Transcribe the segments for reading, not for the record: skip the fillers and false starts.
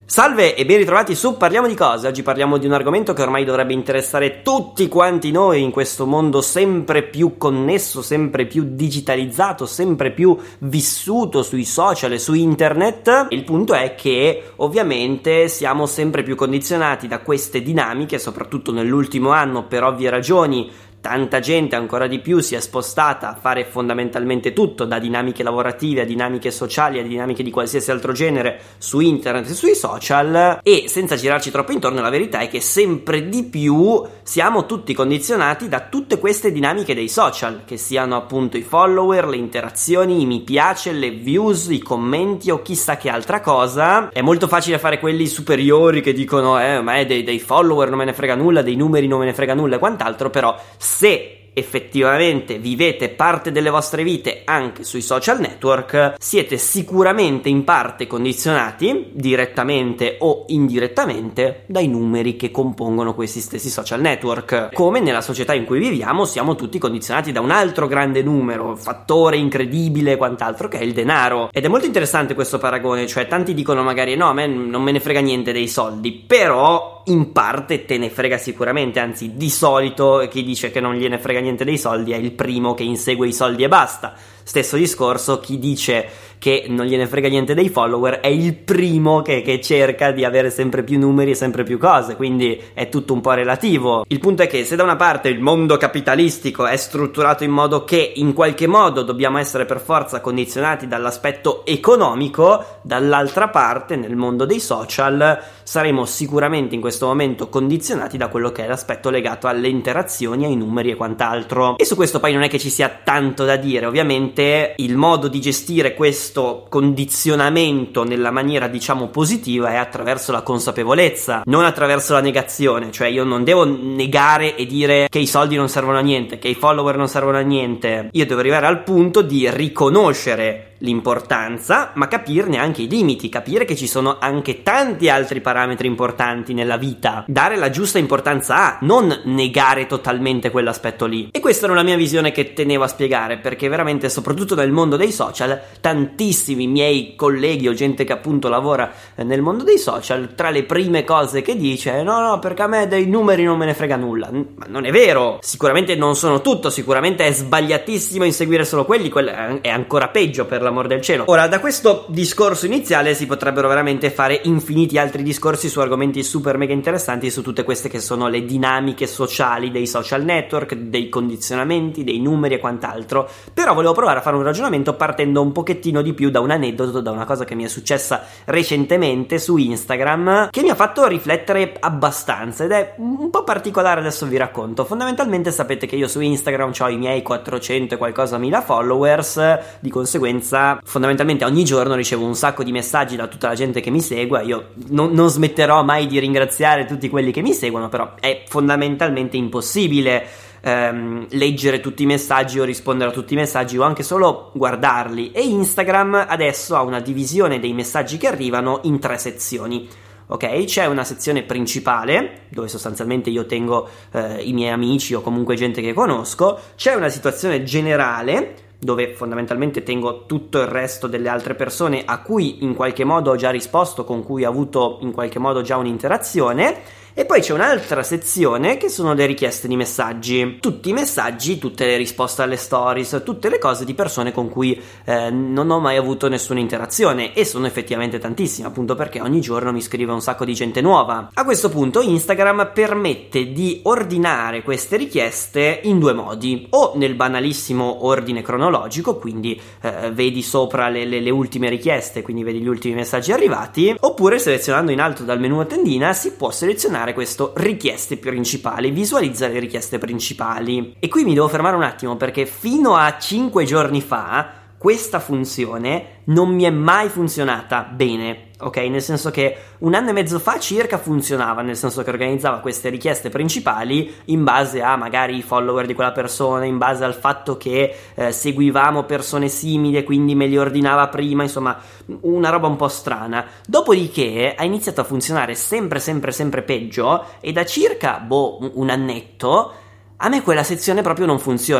Salve e ben ritrovati su Parliamo di Cose. Oggi parliamo di un argomento che ormai dovrebbe interessare tutti quanti noi in questo mondo sempre più connesso, sempre più digitalizzato, sempre più vissuto sui social e su internet. Il punto è che ovviamente siamo sempre più condizionati da queste dinamiche, soprattutto nell'ultimo anno per ovvie ragioni. Tanta gente ancora di più si è spostata a fare fondamentalmente tutto, da dinamiche lavorative a dinamiche sociali a dinamiche di qualsiasi altro genere su internet e sui social, e senza girarci troppo intorno la verità è che sempre di più siamo tutti condizionati da tutte queste dinamiche dei social, che siano appunto i follower, le interazioni, i mi piace, le views, i commenti o chissà che altra cosa. È molto facile fare quelli superiori che dicono ma dei follower non me ne frega nulla, dei numeri non me ne frega nulla e quant'altro, però se effettivamente vivete parte delle vostre vite anche sui social network, siete sicuramente in parte condizionati, direttamente o indirettamente, dai numeri che compongono questi stessi social network. Come nella società in cui viviamo siamo tutti condizionati da un altro grande numero, fattore incredibile e quant'altro, che è il denaro. Ed è molto interessante questo paragone, cioè tanti dicono magari no, a me non me ne frega niente dei soldi, però in parte te ne frega sicuramente, anzi di solito chi dice che non gliene frega niente dei soldi è il primo che insegue i soldi e basta. Stesso discorso, chi dice che non gliene frega niente dei follower è il primo che cerca di avere sempre più numeri e sempre più cose, quindi è tutto un po' relativo. Il punto è che se da una parte il mondo capitalistico è strutturato in modo che in qualche modo dobbiamo essere per forza condizionati dall'aspetto economico, dall'altra parte nel mondo dei social saremo sicuramente in questo momento condizionati da quello che è l'aspetto legato alle interazioni, ai numeri e quant'altro. E su questo poi non è che ci sia tanto da dire, ovviamente il modo di gestire questo condizionamento nella maniera diciamo positiva è attraverso la consapevolezza, non attraverso la negazione. Cioè io non devo negare e dire che i soldi non servono a niente, che i follower non servono a niente. Io devo arrivare al punto di riconoscere l'importanza, ma capirne anche i limiti, capire che ci sono anche tanti altri parametri importanti nella vita, dare la giusta importanza a, non negare totalmente quell'aspetto lì. E questa era una mia visione che tenevo a spiegare, perché veramente soprattutto nel mondo dei social tantissimi miei colleghi o gente che appunto lavora nel mondo dei social, tra le prime cose che dice no perché a me dei numeri non me ne frega nulla. Ma non è vero, sicuramente non sono tutto, sicuramente è sbagliatissimo inseguire solo quelli, quello è ancora peggio, per l'amor del cielo. Ora, da questo discorso iniziale si potrebbero veramente fare infiniti altri discorsi su argomenti super mega interessanti, su tutte queste che sono le dinamiche sociali dei social network, dei condizionamenti, dei numeri e quant'altro, però volevo provare a fare un ragionamento partendo un pochettino di più da un aneddoto, da una cosa che mi è successa recentemente su Instagram, che mi ha fatto riflettere abbastanza ed è un po' particolare, adesso vi racconto. Fondamentalmente sapete che io su Instagram ho i miei 400 e qualcosa mila followers, di conseguenza fondamentalmente ogni giorno ricevo un sacco di messaggi da tutta la gente che mi segue. Io non smetterò mai di ringraziare tutti quelli che mi seguono, però è fondamentalmente impossibile leggere tutti i messaggi o rispondere a tutti i messaggi o anche solo guardarli, e Instagram adesso ha una divisione dei messaggi che arrivano in 3 sezioni. Ok, c'è una sezione principale dove sostanzialmente io tengo i miei amici o comunque gente che conosco, c'è una situazione generale dove fondamentalmente tengo tutto il resto delle altre persone a cui in qualche modo ho già risposto, con cui ho avuto in qualche modo già un'interazione, e poi c'è un'altra sezione che sono le richieste di messaggi, tutti i messaggi, tutte le risposte alle stories, tutte le cose di persone con cui non ho mai avuto nessuna interazione, e sono effettivamente tantissime, appunto perché ogni giorno mi scrive un sacco di gente nuova. A questo punto Instagram permette di ordinare queste richieste in 2 modi: o nel banalissimo ordine cronologico, quindi vedi sopra le ultime richieste, quindi vedi gli ultimi messaggi arrivati, oppure selezionando in alto dal menu a tendina si può selezionare questo richieste principali, visualizza le richieste principali. E qui mi devo fermare un attimo, perché fino a 5 giorni fa questa funzione non mi è mai funzionata bene, ok? Nel senso che 1 anno e mezzo fa circa funzionava, nel senso che organizzava queste richieste principali in base a magari i follower di quella persona, in base al fatto che seguivamo persone simili e quindi me li ordinava prima, insomma una roba un po' strana. Dopodiché ha iniziato a funzionare sempre peggio, e da circa 1 annetto a me quella sezione proprio non funziona.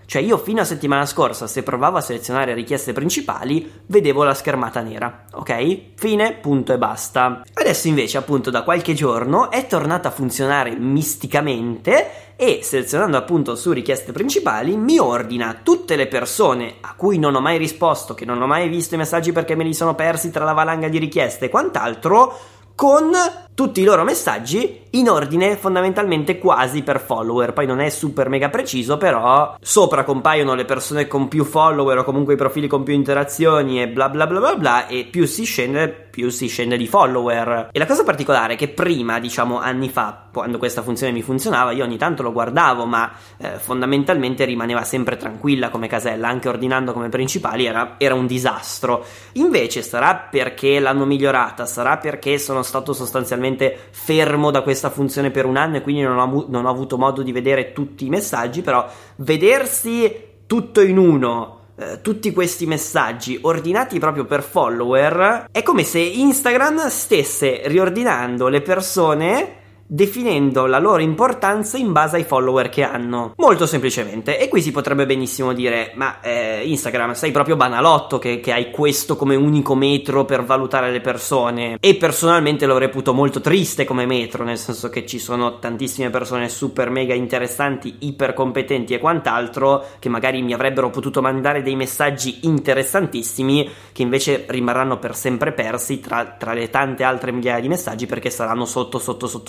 Cioè io fino a settimana scorsa, se provavo a selezionare richieste principali, vedevo la schermata nera, ok? Fine, punto e basta. Adesso invece, appunto, da qualche giorno è tornata a funzionare misticamente e selezionando appunto su richieste principali mi ordina tutte le persone a cui non ho mai risposto, che non ho mai visto i messaggi perché me li sono persi tra la valanga di richieste e quant'altro, con tutti i loro messaggi in ordine fondamentalmente quasi per follower. Poi non è super mega preciso, però sopra compaiono le persone con più follower o comunque i profili con più interazioni e bla bla bla bla bla, e più si scende di follower. E la cosa particolare è che prima, diciamo anni fa, quando questa funzione mi funzionava, io ogni tanto lo guardavo, ma fondamentalmente rimaneva sempre tranquilla come casella, anche ordinando come principali era un disastro. Invece sarà perché l'hanno migliorata, sarà perché sono stato sostanzialmente fermo da questa funzione per un anno e quindi non ho avuto modo di vedere tutti i messaggi, però vedersi tutto in uno, tutti questi messaggi ordinati proprio per follower, è come se Instagram stesse riordinando le persone definendo la loro importanza in base ai follower che hanno, molto semplicemente. E qui si potrebbe benissimo dire: ma Instagram, sei proprio banalotto che hai questo come unico metro per valutare le persone. E personalmente lo reputo molto triste come metro, nel senso che ci sono tantissime persone super mega interessanti, iper competenti e quant'altro, che magari mi avrebbero potuto mandare dei messaggi interessantissimi, che invece rimarranno per sempre persi tra le tante altre migliaia di messaggi, perché saranno sotto.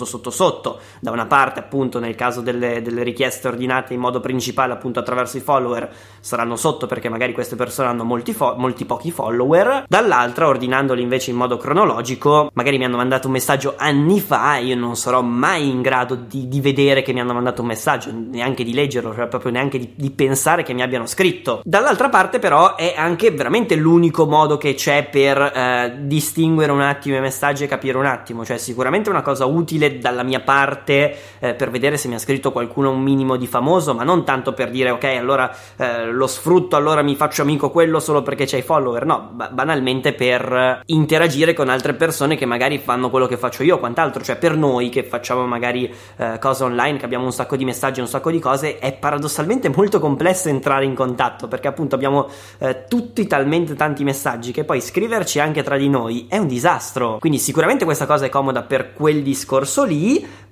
Da una parte, appunto, nel caso delle richieste ordinate in modo principale, appunto attraverso i follower, saranno sotto perché magari queste persone hanno molti pochi follower. Dall'altra, ordinandoli invece in modo cronologico, magari mi hanno mandato un messaggio anni fa e io non sarò mai in grado di vedere che mi hanno mandato un messaggio, neanche di leggerlo, cioè proprio neanche di pensare che mi abbiano scritto. Dall'altra parte però è anche veramente l'unico modo che c'è per distinguere un attimo i messaggi e capire un attimo, cioè sicuramente una cosa utile dalla mia parte per vedere se mi ha scritto qualcuno un minimo di famoso, ma non tanto per dire ok, allora lo sfrutto, allora mi faccio amico quello solo perché c'hai follower, no, banalmente per interagire con altre persone che magari fanno quello che faccio io, quant'altro. Cioè per noi che facciamo magari cose online, che abbiamo un sacco di messaggi, un sacco di cose, è paradossalmente molto complesso entrare in contatto, perché appunto abbiamo tutti talmente tanti messaggi che poi scriverci anche tra di noi è un disastro. Quindi sicuramente questa cosa è comoda per quel discorso lì,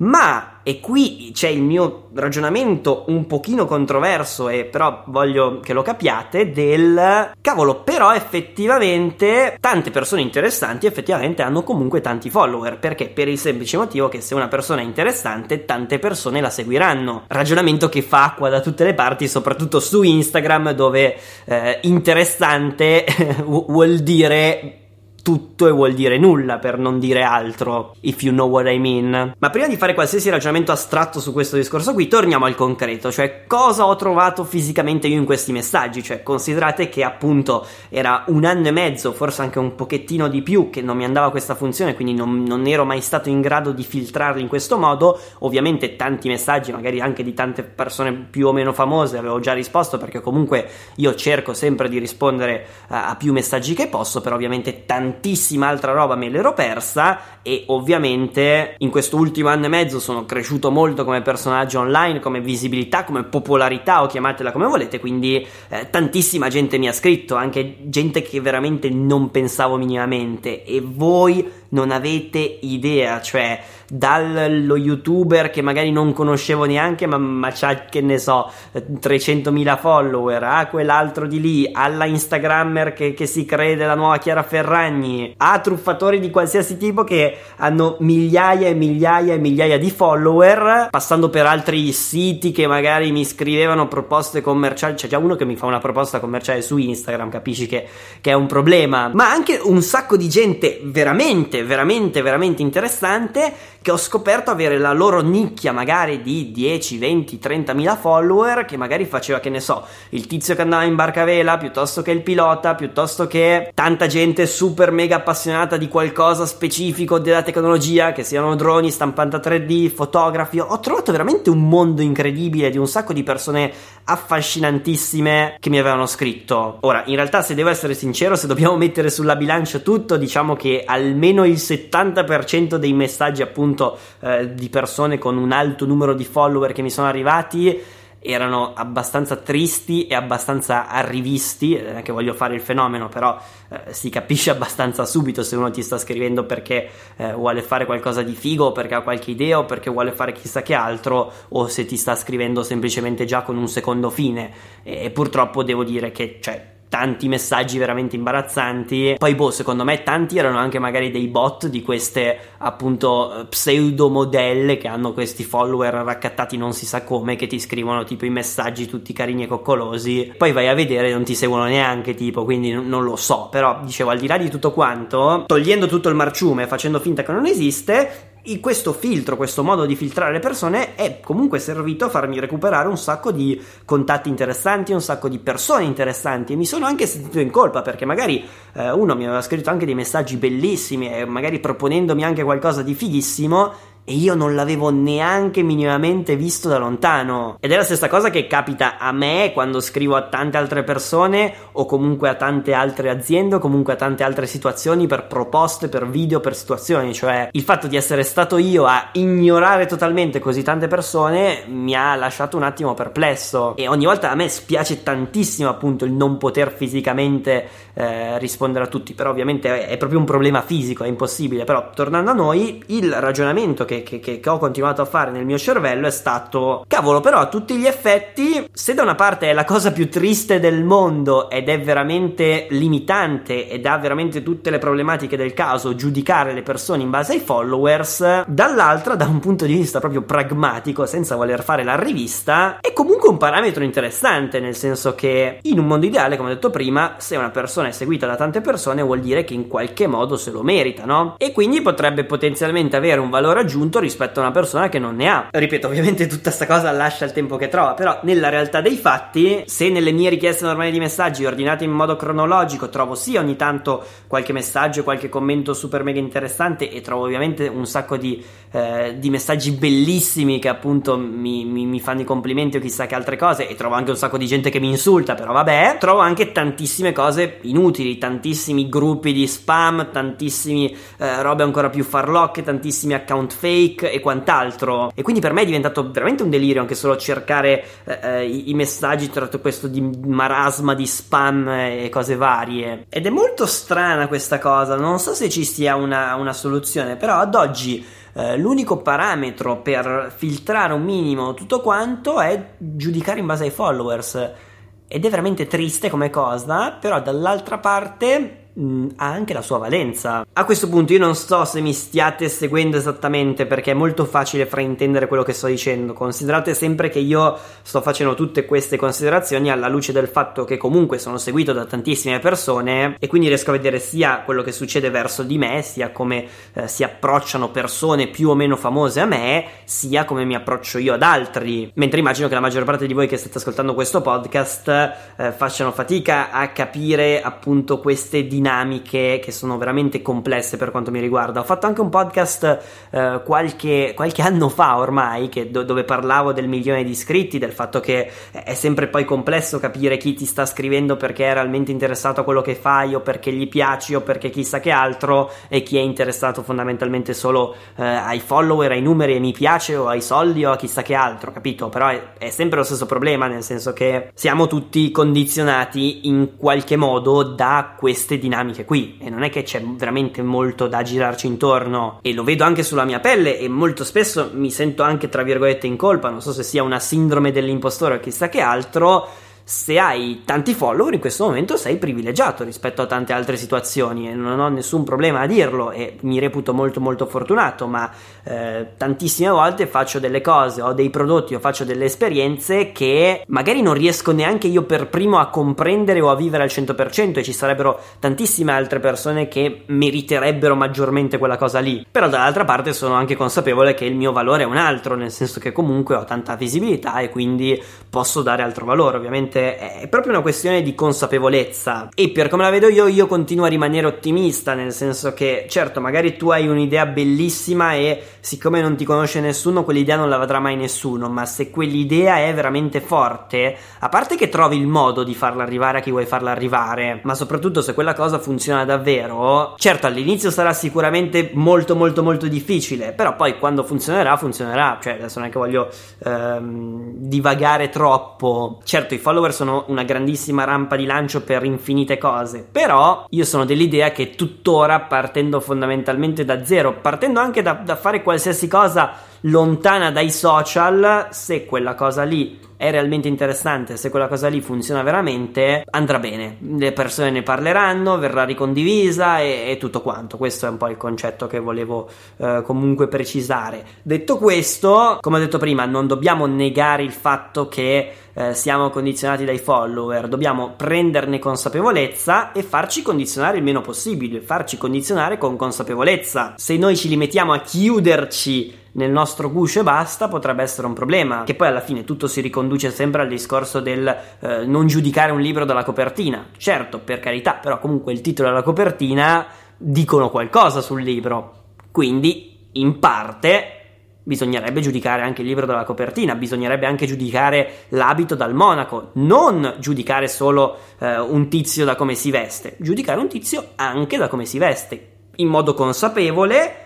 ma, e qui c'è il mio ragionamento un pochino controverso, e però voglio che lo capiate, del cavolo, però effettivamente tante persone interessanti effettivamente hanno comunque tanti follower, perché per il semplice motivo che se una persona è interessante tante persone la seguiranno, ragionamento che fa acqua da tutte le parti, soprattutto su Instagram, dove interessante vuol dire tutto e vuol dire nulla, per non dire altro, if you know what I mean. Ma prima di fare qualsiasi ragionamento astratto su questo discorso qui, torniamo al concreto, cioè cosa ho trovato fisicamente io in questi messaggi. Cioè considerate che appunto era un anno e mezzo, forse anche un pochettino di più, che non mi andava questa funzione, quindi non ero mai stato in grado di filtrarli in questo modo. Ovviamente tanti messaggi, magari anche di tante persone più o meno famose, avevo già risposto, perché comunque io cerco sempre di rispondere a più messaggi che posso, però ovviamente tantissima altra roba me l'ero persa. E ovviamente in questo ultimo anno e mezzo sono cresciuto molto come personaggio online, come visibilità, come popolarità, o chiamatela come volete, quindi tantissima gente mi ha scritto, anche gente che veramente non pensavo minimamente, e voi non avete idea, cioè dallo youtuber che magari non conoscevo neanche ma c'ha, che ne so, 300.000 follower, a quell'altro di lì, alla instagrammer che si crede la nuova Chiara Ferragni, a truffatori di qualsiasi tipo che hanno migliaia e migliaia e migliaia di follower, passando per altri siti che magari mi scrivevano proposte commerciali. C'è già uno che mi fa una proposta commerciale su Instagram, capisci che è un problema, ma anche un sacco di gente veramente interessante, che ho scoperto avere la loro nicchia magari di 10, 20, 30.000 follower, che magari faceva, che ne so, il tizio che andava in barca a vela, piuttosto che il pilota, piuttosto che tanta gente super mega appassionata di qualcosa specifico della tecnologia, che siano droni, stampante 3D, fotografi. Ho trovato veramente un mondo incredibile di un sacco di persone affascinantissime che mi avevano scritto. Ora, in realtà, se devo essere sincero, se dobbiamo mettere sulla bilancia tutto, diciamo che almeno il 70% dei messaggi appunto di persone con un alto numero di follower che mi sono arrivati erano abbastanza tristi e abbastanza arrivisti, non è che voglio fare il fenomeno, però si capisce abbastanza subito se uno ti sta scrivendo perché vuole fare qualcosa di figo, o perché ha qualche idea, o perché vuole fare chissà che altro, o se ti sta scrivendo semplicemente già con un secondo fine. E purtroppo devo dire che tanti messaggi veramente imbarazzanti. Poi secondo me tanti erano anche magari dei bot di queste appunto pseudo modelle che hanno questi follower raccattati non si sa come, che ti scrivono tipo i messaggi tutti carini e coccolosi, poi vai a vedere non ti seguono neanche, tipo, quindi non lo so. Però dicevo, al di là di tutto quanto, togliendo tutto il marciume, facendo finta che non esiste, questo filtro, questo modo di filtrare le persone è comunque servito a farmi recuperare un sacco di contatti interessanti, un sacco di persone interessanti, e mi sono anche sentito in colpa perché magari uno mi aveva scritto anche dei messaggi bellissimi e magari proponendomi anche qualcosa di fighissimo, e io non l'avevo neanche minimamente visto da lontano. Ed è la stessa cosa che capita a me quando scrivo a tante altre persone, o comunque a tante altre aziende, o comunque a tante altre situazioni, per proposte, per video, per situazioni. Cioè, il fatto di essere stato io a ignorare totalmente così tante persone mi ha lasciato un attimo perplesso, e ogni volta a me spiace tantissimo appunto il non poter fisicamente rispondere a tutti. Però ovviamente è proprio un problema fisico, è impossibile. Però tornando a noi, il ragionamento che ho continuato a fare nel mio cervello è stato: cavolo, però a tutti gli effetti, se da una parte è la cosa più triste del mondo ed è veramente limitante ed ha veramente tutte le problematiche del caso giudicare le persone in base ai followers, dall'altra, da un punto di vista proprio pragmatico, senza voler fare la rivista, è comunque un parametro interessante, nel senso che in un mondo ideale, come ho detto prima, se una persona è seguita da tante persone vuol dire che in qualche modo se lo merita, no? E quindi potrebbe potenzialmente avere un valore aggiunto rispetto a una persona che non ne ha. Ripeto, ovviamente tutta sta cosa lascia il tempo che trova, però nella realtà dei fatti, se nelle mie richieste normali di messaggi ordinate in modo cronologico trovo sì ogni tanto qualche messaggio, qualche commento super mega interessante, e trovo ovviamente un sacco di messaggi bellissimi che appunto mi fanno i complimenti o chissà che altre cose, e trovo anche un sacco di gente che mi insulta, però vabbè, trovo anche tantissime cose inutili, tantissimi gruppi di spam, tantissimi robe ancora più farlocche, tantissimi account fake e quant'altro, e quindi per me è diventato veramente un delirio anche solo cercare i messaggi tra tutto questo di marasma di spam e cose varie. Ed è molto strana questa cosa, non so se ci sia una soluzione, però ad oggi l'unico parametro per filtrare un minimo tutto quanto è giudicare in base ai followers, ed è veramente triste come cosa, però dall'altra parte ha anche la sua valenza. A questo punto io non so se mi stiate seguendo esattamente, perché è molto facile fraintendere quello che sto dicendo. Considerate sempre che io sto facendo tutte queste considerazioni alla luce del fatto che comunque sono seguito da tantissime persone, e quindi riesco a vedere sia quello che succede verso di me, sia come si approcciano persone più o meno famose a me, sia come mi approccio io ad altri. Mentre immagino che la maggior parte di voi che state ascoltando questo podcast facciano fatica a capire appunto queste dinamiche che sono veramente complesse per quanto mi riguarda. Ho fatto anche un podcast qualche anno fa ormai, dove parlavo del 1 milione di iscritti, del fatto che è sempre poi complesso capire chi ti sta scrivendo perché è realmente interessato a quello che fai, o perché gli piaci, o perché chissà che altro, e chi è interessato fondamentalmente solo ai follower, ai numeri, ai mi piace, o ai soldi, o a chissà che altro, capito? Però è sempre lo stesso problema, nel senso che siamo tutti condizionati in qualche modo da queste dinamiche qui, e non è che c'è veramente molto da girarci intorno, e lo vedo anche sulla mia pelle, e molto spesso mi sento anche tra virgolette in colpa, non so se sia una sindrome dell'impostore o chissà che altro. Se hai tanti follower in questo momento sei privilegiato rispetto a tante altre situazioni, e non ho nessun problema a dirlo, e mi reputo molto molto fortunato, ma tantissime volte faccio delle cose, ho dei prodotti, o faccio delle esperienze che magari non riesco neanche io per primo a comprendere o a vivere al 100%, e ci sarebbero tantissime altre persone che meriterebbero maggiormente quella cosa lì. Però dall'altra parte sono anche consapevole che il mio valore è un altro, nel senso che comunque ho tanta visibilità e quindi posso dare altro valore. Ovviamente veramente è proprio una questione di consapevolezza. E per come la vedo io continuo a rimanere ottimista, nel senso che certo magari tu hai un'idea bellissima e siccome non ti conosce nessuno quell'idea non la vedrà mai nessuno, ma se quell'idea è veramente forte, a parte che trovi il modo di farla arrivare a chi vuoi farla arrivare, ma soprattutto se quella cosa funziona davvero, certo all'inizio sarà sicuramente molto molto molto difficile, però poi quando funzionerà, cioè adesso non è che voglio divagare troppo. Certo i follower sono una grandissima rampa di lancio per infinite cose, però io sono dell'idea che tuttora, partendo fondamentalmente da zero, partendo anche da fare qualsiasi cosa lontana dai social, se quella cosa lì è realmente interessante, se quella cosa lì funziona veramente, andrà bene, le persone ne parleranno, verrà ricondivisa e tutto quanto. Questo è un po' il concetto che volevo comunque precisare. Detto questo, come ho detto prima, non dobbiamo negare il fatto che siamo condizionati dai follower, dobbiamo prenderne consapevolezza e farci condizionare il meno possibile, farci condizionare con consapevolezza. Se noi ci limitiamo a chiuderci nel nostro guscio e basta, potrebbe essere un problema, che poi alla fine tutto si riconduce sempre al discorso del non giudicare un libro dalla copertina. Certo, per carità, però comunque il titolo e la copertina dicono qualcosa sul libro, quindi in parte bisognerebbe giudicare anche il libro dalla copertina, bisognerebbe anche giudicare l'abito dal monaco, non giudicare solo un tizio da come si veste, giudicare un tizio anche da come si veste, in modo consapevole,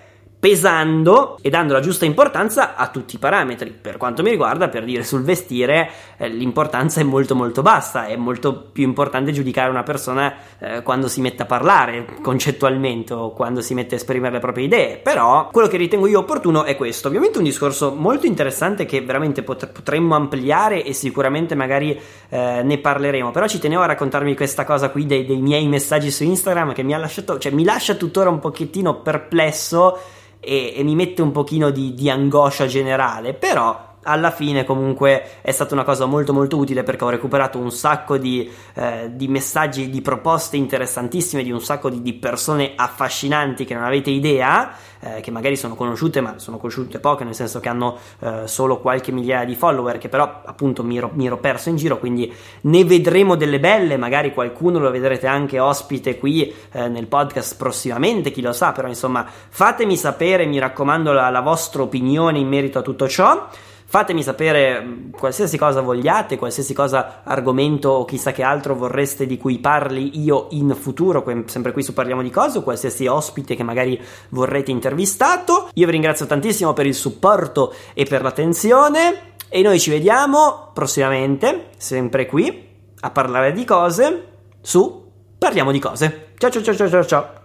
pesando e dando la giusta importanza a tutti i parametri. Per quanto mi riguarda, per dire sul vestire, l'importanza è molto molto bassa, è molto più importante giudicare una persona quando si mette a parlare concettualmente o quando si mette a esprimere le proprie idee. Però quello che ritengo io opportuno è questo, ovviamente un discorso molto interessante che veramente potremmo ampliare e sicuramente magari ne parleremo, però ci tenevo a raccontarmi questa cosa qui dei miei messaggi su Instagram che mi ha lasciato, cioè mi lascia tuttora un pochettino perplesso e mi mette un pochino di angoscia generale, però alla fine comunque è stata una cosa molto molto utile, perché ho recuperato un sacco di messaggi, di proposte interessantissime di un sacco di persone affascinanti che non avete idea, che magari sono conosciute ma sono conosciute poche, nel senso che hanno solo qualche migliaia di follower, che però appunto mi ero perso in giro, quindi ne vedremo delle belle, magari qualcuno lo vedrete anche ospite qui nel podcast prossimamente, chi lo sa, però insomma fatemi sapere, mi raccomando, la vostra opinione in merito a tutto ciò. Fatemi sapere qualsiasi cosa vogliate, qualsiasi cosa, argomento o chissà che altro vorreste di cui parli io in futuro, sempre qui su Parliamo di Cose, o qualsiasi ospite che magari vorrete intervistato. Io vi ringrazio tantissimo per il supporto e per l'attenzione e noi ci vediamo prossimamente, sempre qui, a parlare di cose su Parliamo di Cose. Ciao ciao ciao ciao ciao ciao!